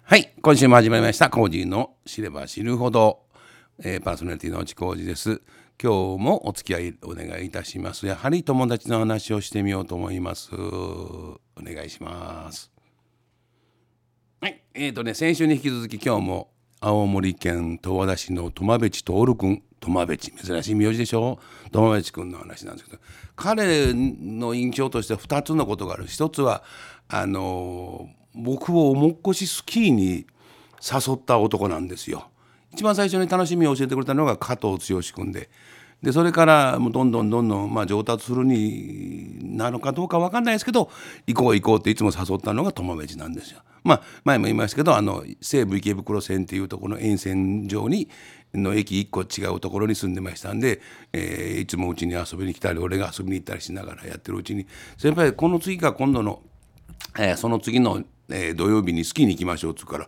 はい、今週も始まりましたコージーの知れば知るほど、パーソナリティの内コージーです。今日もお付き合いお願いいたします。やはり友達の話をしてみようと思います。お願いします。はい、先週に引き続き今日も青森県十和田市の苫米地徹君、苫米地珍しい名字でしょ。苫米地君の話なんですけど、彼の印象としては2つのことがある。一つは僕を重っこしスキーに誘った男なんですよ。一番最初に楽しみを教えてくれたのが加藤剛君で、それからもうどんどん、上達するになのかどうか分かんないですけど、行こうっていつも誘ったのが苫米地なんですよ。前も言いましたけど、西武池袋線っていうところの沿線上にの駅1個違うところに住んでましたんで、いつもうちに遊びに来たり俺が遊びに行ったりしながらやってるうちに、先輩この次か今度の、その次の、土曜日にスキーに行きましょうっつうから、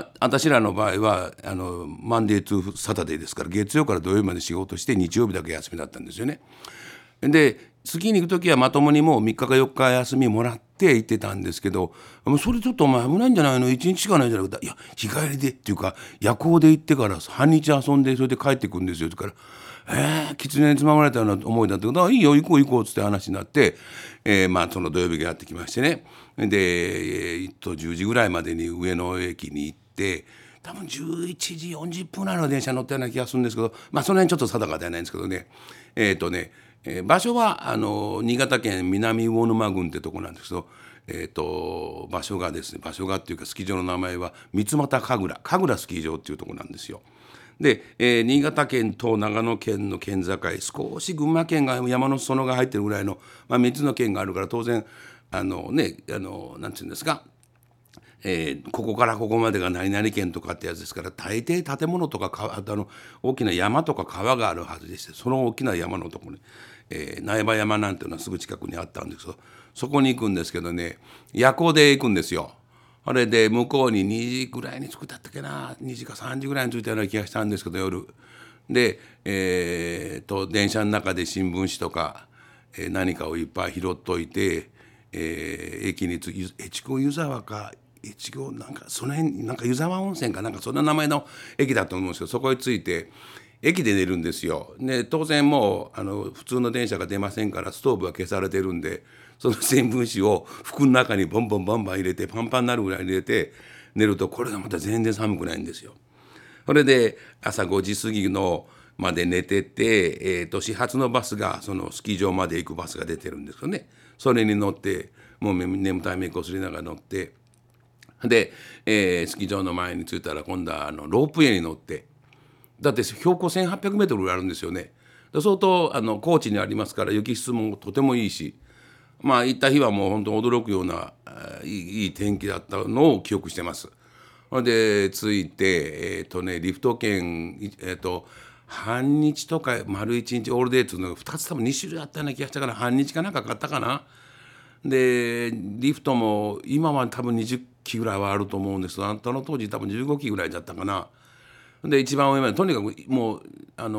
私らの場合はマンデートゥサタデーですから、月曜から土曜日まで仕事して日曜日だけ休みだったんですよね。でスキーに行く時はまともにもう3日か4日休みもらって行ってたんですけど、もうそれちょっとお前危ないんじゃないの、1日しかないじゃなくて、いや日帰りでっていうか夜行で行ってから半日遊んでそれで帰ってくるんですよって言うから狐につままれたような思いだったけど、いいよ行こうっつって話になって、その土曜日がやってきましてね。で、10時ぐらいまでに上野駅に行って、多分11時40分ぐらいの電車に乗ったような気がするんですけど、その辺ちょっと定かではないんですけどね。場所は新潟県南魚沼郡ってとこなんですけど、場所がっていうかスキー場の名前は三俣神楽スキー場っていうとこなんですよ。で、新潟県と長野県の県境、少し群馬県が山の裾野が入ってるぐらいの、3つの県があるから、当然なんていうんですか、ここからここまでが何々県とかってやつですから、大抵建物とか大きな山とか川があるはずでして、その大きな山のところに、苗場山なんていうのはすぐ近くにあったんですけど、そこに行くんですけどね、夜行で行くんですよ。あれで向こうに2時ぐらいに着くだったっけな、2時か3時ぐらいに着いたような気がしたんですけど、夜で、電車の中で新聞紙とか、何かをいっぱい拾っといて、駅に着き越後湯沢か越後なんかその辺なんか湯沢温泉かなんかそんな名前の駅だと思うんですけど、そこに着いて駅で寝るんですよ。で当然もう普通の電車が出ませんから、ストーブは消されてるんで、その新聞紙を服の中にボンボン入れてパンパンになるぐらい入れて寝ると、これがまた全然寒くないんですよ。それで朝5時過ぎのまで寝てて、始発のバスがそのスキー場まで行くバスが出てるんですよね。それに乗ってもう眠たい目こすりながら乗って、で、スキー場の前に着いたら今度はロープウェイに乗って、だって標高1800メートルぐらいあるんですよね。相当高地にありますから雪質もとてもいいし、行った日はもう本当に驚くようないい天気だったのを記憶してます。それで着いてリフト券半日とか丸1日オールデーっていうのが2つ多分2種類あったような気がしたから、半日かなんかかったかな。でリフトも今は多分20機ぐらいはあると思うんですが、あんたの当時多分15機ぐらいだったかな。で一番上までとにかくもう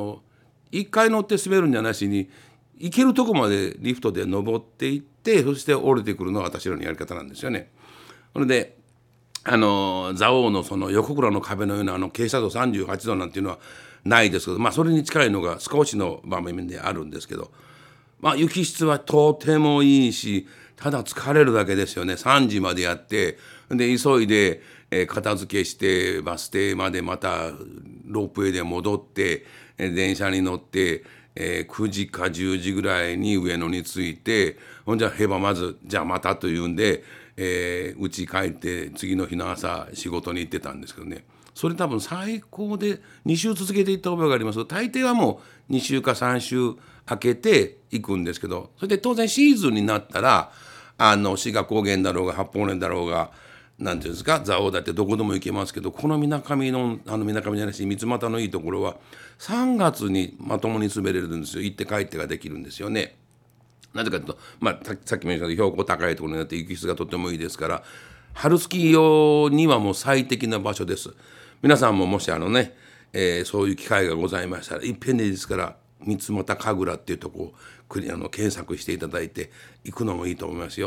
1回乗って滑るんじゃなしに行けるとこまでリフトで登っていって、そして降りてくるのが私らのやり方なんですよね。それで蔵王のその横倉の壁のような傾斜度38度なんていうのはないですけど、それに近いのが少しの場面であるんですけど、雪質はとてもいいし、ただ疲れるだけですよね。3時までやってで急いで、片付けしてバス停までまたロープウェイで戻って、電車に乗って、9時か10時ぐらいに上野に着いて、ほんじゃまずじゃあまたというんで家帰って次の日の朝仕事に行ってたんですけどね。それ多分最高で2週続けていった覚えがあります。大抵はもう2週か3週空けていくんですけど、それで当然シーズンになったら志賀高原だろうが八方根だろうがなんていうんですか、蔵王だってどこでも行けますけど、このみなかみのみなかみじゃないし三俣のいいところは3月にまともに滑れるんですよ。行って帰ってができるんですよね。なぜかというと、さっきも言ったように標高高いところになって雪質がとてもいいですから、春スキー用にはもう最適な場所です。皆さんももしそういう機会がございましたら、いっぺんでいいですから三俣神楽っていうとこを検索していただいて行くのもいいと思いますよ。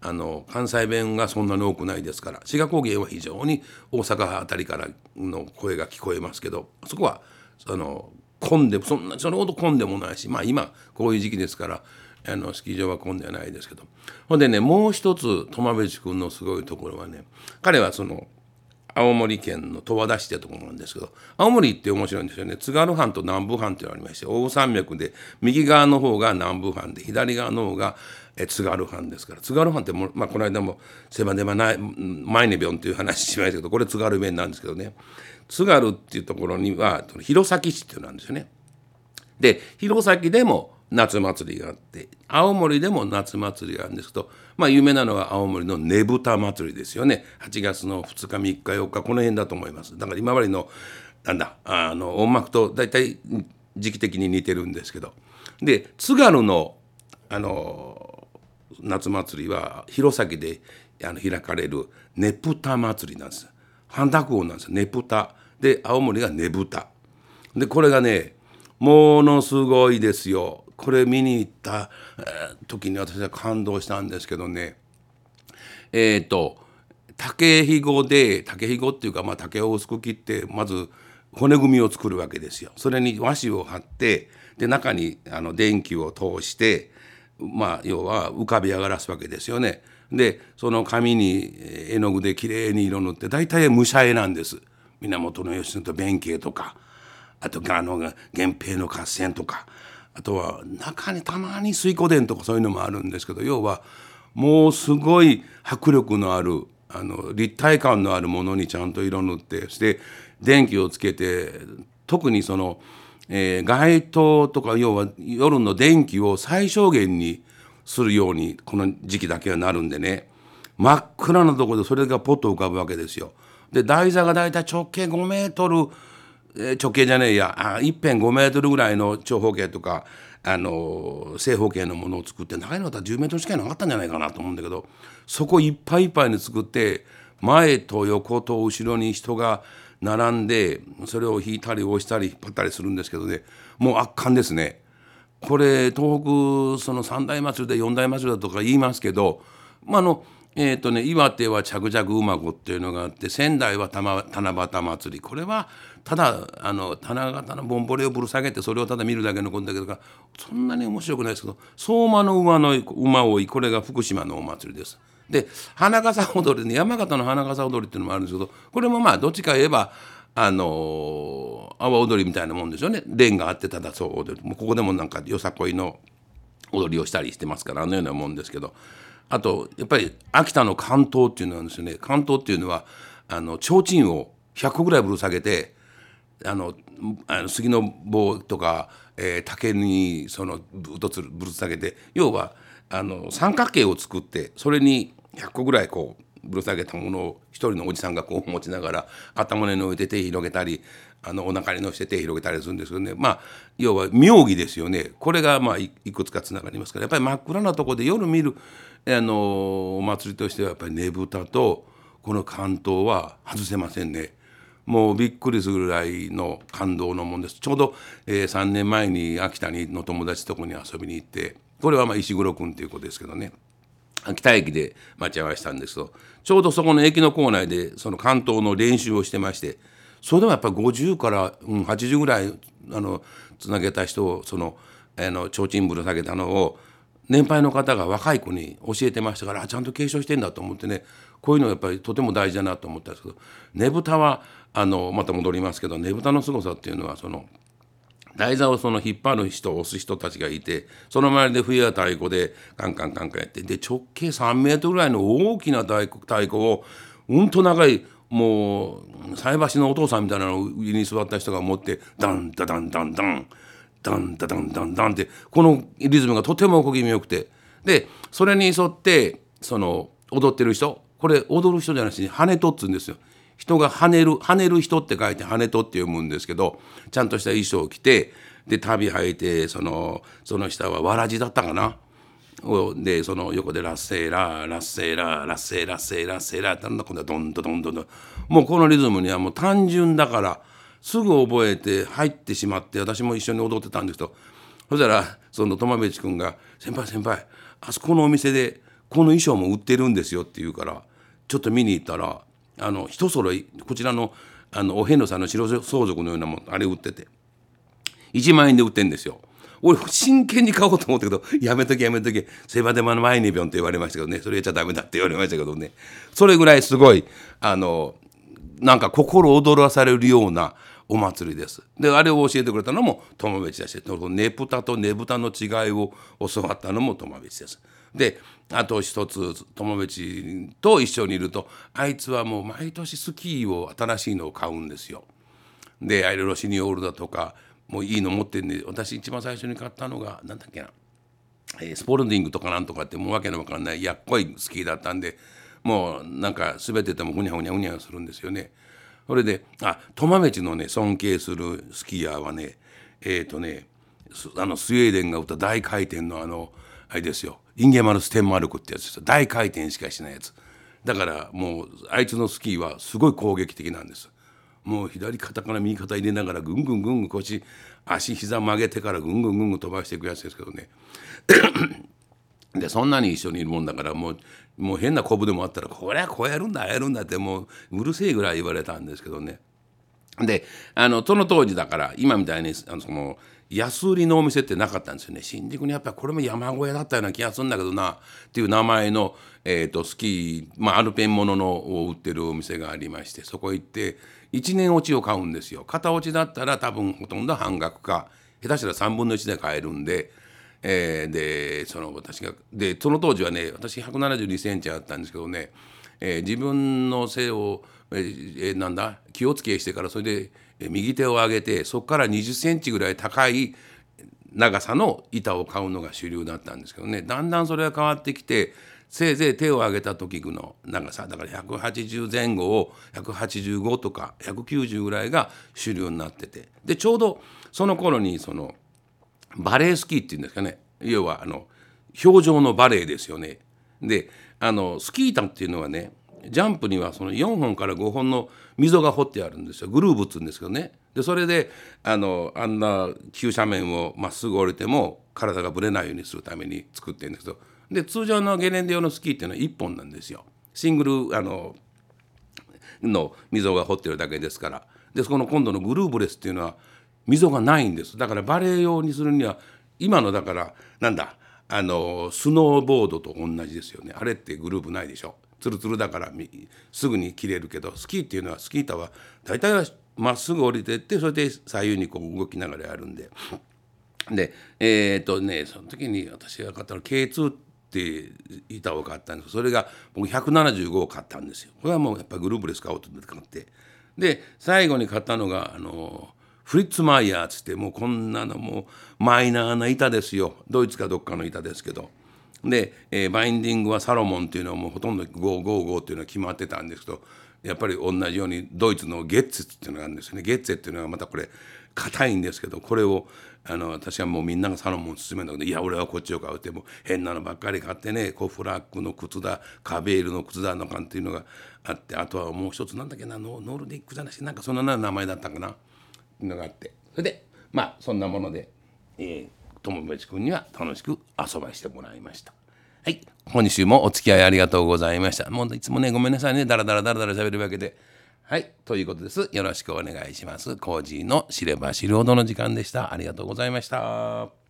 関西弁がそんなに多くないですから、滋賀高原は非常に大阪あたりからの声が聞こえますけど、そこは混んでそれほど混んでもないし、まあ今こういう時期ですからスキー場は混んではないですけど、ほんでね、もう一つ苫米地君のすごいところはね、彼は青森県の十和田市ってところなんですけど、青森って面白いんですよね。津軽藩と南部藩っていうのがありまして、大山脈で右側の方が南部藩で左側の方が津軽藩ですから、津軽藩ってこの間もセバネバないマイネビョンっていう話しましたけど、これ津軽弁なんですけどね、津軽っていうところには弘前市っていうのなんですよね。で弘前でも夏祭りがあって、青森でも夏祭りがあるんですけど、有名なのは青森のねぶた祭りですよね。8月の2日3日4日この辺だと思います。だから今までの音楽と大体時期的に似てるんですけど、で津軽の夏祭りは弘前で開かれるねぷた祭りなんです。半濁音なんですよ、ねぷたで。青森がねぶたで、これがねものすごいですよ。これ見に行った時に私は感動したんですけどね、竹ひごっていうか、竹を薄く切ってまず骨組みを作るわけですよ。それに和紙を貼って、で中に電気を通して、要は浮かび上がらすわけですよね。でその紙に絵の具できれいに色塗って、大体武者絵なんです。源義経と弁慶とか、あと源平の合戦とか、あとは中にたまに水湖伝とかそういうのもあるんですけど、要はもうすごい迫力のある立体感のあるものにちゃんと色塗って、そして電気をつけて、特に街灯とか、要は夜の電気を最小限にするようにこの時期だけはなるんでね、真っ暗なところでそれがポッと浮かぶわけですよ。で台座がだいたい直径5メートル、直径じゃねえや、一辺5メートルぐらいの長方形とか正方形のものを作って、長いのだったら10メートルしかなかったんじゃないかなと思うんだけど、そこいっぱいいっぱいに作って、前と横と後ろに人が並んでそれを引いたり押したり引っ張ったりするんですけどね、もう圧巻ですね。これ東北三大祭りで四大祭りだとか言いますけど、岩手は着々馬子っていうのがあって、仙台は七夕祭り、これはただ七夕のボンボレをぶる下げてそれをただ見るだけのことだけど、そんなに面白くないですけど、相馬の馬追い、これが福島のお祭りです。で花笠踊りね、山形の花笠踊りっていうのもあるんですけど、これもどっちか言えば阿波踊りみたいなもんですよね。連があってただそう踊り、もうここでもなんかよさこいの踊りをしたりしてますから、ようなもんですけど、あとやっぱり秋田の関東っていうのはですね、関東っていうのは提灯を100個ぐらいぶる下げて、杉の棒とか、竹にぶる下げて、要は三角形を作って、それに100個ぐらいこうぶる下げたものを一人のおじさんがこう持ちながら、頭に置いて手広げたり、お腹に乗せて手広げたりするんですけどね、要は妙義ですよね。これがいくつかつながりますから、やっぱり真っ暗なところで夜見るお祭りとしてはやっぱりねぶたとこの関東は外せませんね。もうびっくりするぐらいの感動のもんです。ちょうど、3年前に秋田の友達とこに遊びに行って、これは石黒君っていう子ですけどね、秋田駅で待ち合わせたんですけど、ちょうどそこの駅の構内で関東の練習をしてまして、それでもやっぱり50から80ぐらいつなげた人を提灯ぶら下げたのを年配の方が若い子に教えてましたから、ちゃんと継承してんだと思ってね、こういうのやっぱりとても大事だなと思ったんですけど、ねぶたはまた戻りますけど、ねぶたの凄さっていうのは台座を引っ張る人押す人たちがいて、その周りで笛や太鼓でカンカンカンカンやって、で直径3メートルぐらいの大きな太鼓を長い、もう菜箸のお父さんみたいなのを上に座った人が持って、ダンダダンダンダンダンダダンダンダンって、このリズムがとても小気味よくて、でそれに沿って踊ってる人、これ踊る人じゃなしに跳人っつうんですよ。人が跳ねる人って書いて跳人って読むんですけど、ちゃんとした衣装を着て、で旅履いて、その下はわらじだったかな、で横でラッセーラーラッセーラーラッセーラッセーラッセーラーって今度はドンドドンドンドン、もうこのリズムにはもう単純だからすぐ覚えて入ってしまって、私も一緒に踊ってたんですけど、そしたら苫米地君が「先輩あそこのお店でこの衣装も売ってるんですよって言うからちょっと見に行ったら一揃いこちらのお遍路さんの白装束のようなもんあれ売ってて1万円で売ってんですよ。俺真剣に買おうと思ったけどやめとけやめとけセバデマの前にビョンって言われましたけどね、それやっちゃダメだって言われましたけどね、それぐらいすごいなんか心躍らされるようなお祭りです。であれを教えてくれたのも友別だし、ねぷたとねぶたの違いを教わったのも友別です。であと一つ友別と一緒にいるとあいつはもう毎年スキーを新しいのを買うんですよ。でアイロロシニオールだとかもういいの持ってるんで、私一番最初に買ったのがなんだっけな、スポルディングとかなんとかってもうわけのわかんないやっこいスキーだったんで、もうなんか滑っててもふにゃふにゃふにゃするんですよね。それで苫米地のね尊敬するスキーヤーはねスウェーデンが打った大回転のあれですよ、インゲマル・ステンマルクってやつですよ。大回転しかしないやつだからもうあいつのスキーはすごい攻撃的なんです。もう左肩から右肩入れながらぐんぐんぐんぐん足膝曲げてからぐんぐんぐんぐん飛ばしていくやつですけどねでそんなに一緒にいるもんだからもう変なコブでもあったらこれはこうやるんだやるんだってもううるせえぐらい言われたんですけどね。でその当時だから今みたいにその安売りのお店ってなかったんですよね。新宿にやっぱりこれも山小屋だったような気がするんだけどなっていう名前の、スキー、アルペンもののを売ってるお店がありまして、そこ行って1年落ちを買うんですよ。片落ちだったら多分ほとんど半額か下手したら3分の1で買えるんで、でその当時はね私172センチあったんですけどね、自分の背をなんだ気をつけしてからそれで右手を上げてそこから20センチぐらい高い長さの板を買うのが主流だったんですけどね、だんだんそれが変わってきてせいぜい手を上げた時の長さだから180前後を185とか190ぐらいが主流になってて、でちょうどその頃にそのバレースキーっていうんですかね、要は氷上のバレーですよね。でスキー板っていうのはねジャンプにはその4本から5本の溝が掘ってあるんですよ。グルーブっつうんですけどね。でそれであんな急斜面をまっすぐ降りても体がぶれないようにするために作ってるんですけど、で通常のゲレンデ用のスキーっていうのは1本なんですよ。シングルの溝が掘ってるだけですから。でその今度のグルーブレスっていうのは溝がないんです。だからバレー用にするには今のだからなんだスノーボードと同じですよね。あれってグルーブないでしょ。ツルツルだからすぐに切れるけど、スキーっていうのはスキー板は大体はまっすぐ降りていってそれで左右にこう動きながらやるんで、でその時に私が買ったの K2 って板を買ったんです。それが僕175を買ったんですよ。これはもうやっぱりグルーブレス買おうと思って買って、で最後に買ったのがフリッツマイヤーっつってもうこんなのもうマイナーな板ですよ。ドイツかどっかの板ですけど。で、バインディングはサロモンっていうのはもうほとんど555っていうのは決まってたんですけど、やっぱり同じようにドイツのゲッツェっていうのがあるんですよね。ゲッツェっていうのはまたこれ硬いんですけど、これを私はもうみんながサロモン勧めるんだけど、いや俺はこっちを買うってもう変なのばっかり買ってね、こうフラッグの靴だカベールの靴だのかっていうのがあって、あとはもう一つなんだっけな、ノルディックじゃなしなんかそんな名前だったかなっていうのがあって、それでそんなもので友別君には楽しく遊ばしてもらいました。はい、今週もお付き合いありがとうございました。もういつもねごめんなさいね、だらだら喋るわけで。はい、ということです。よろしくお願いします。コージーの知れば知るほどの時間でした。ありがとうございました。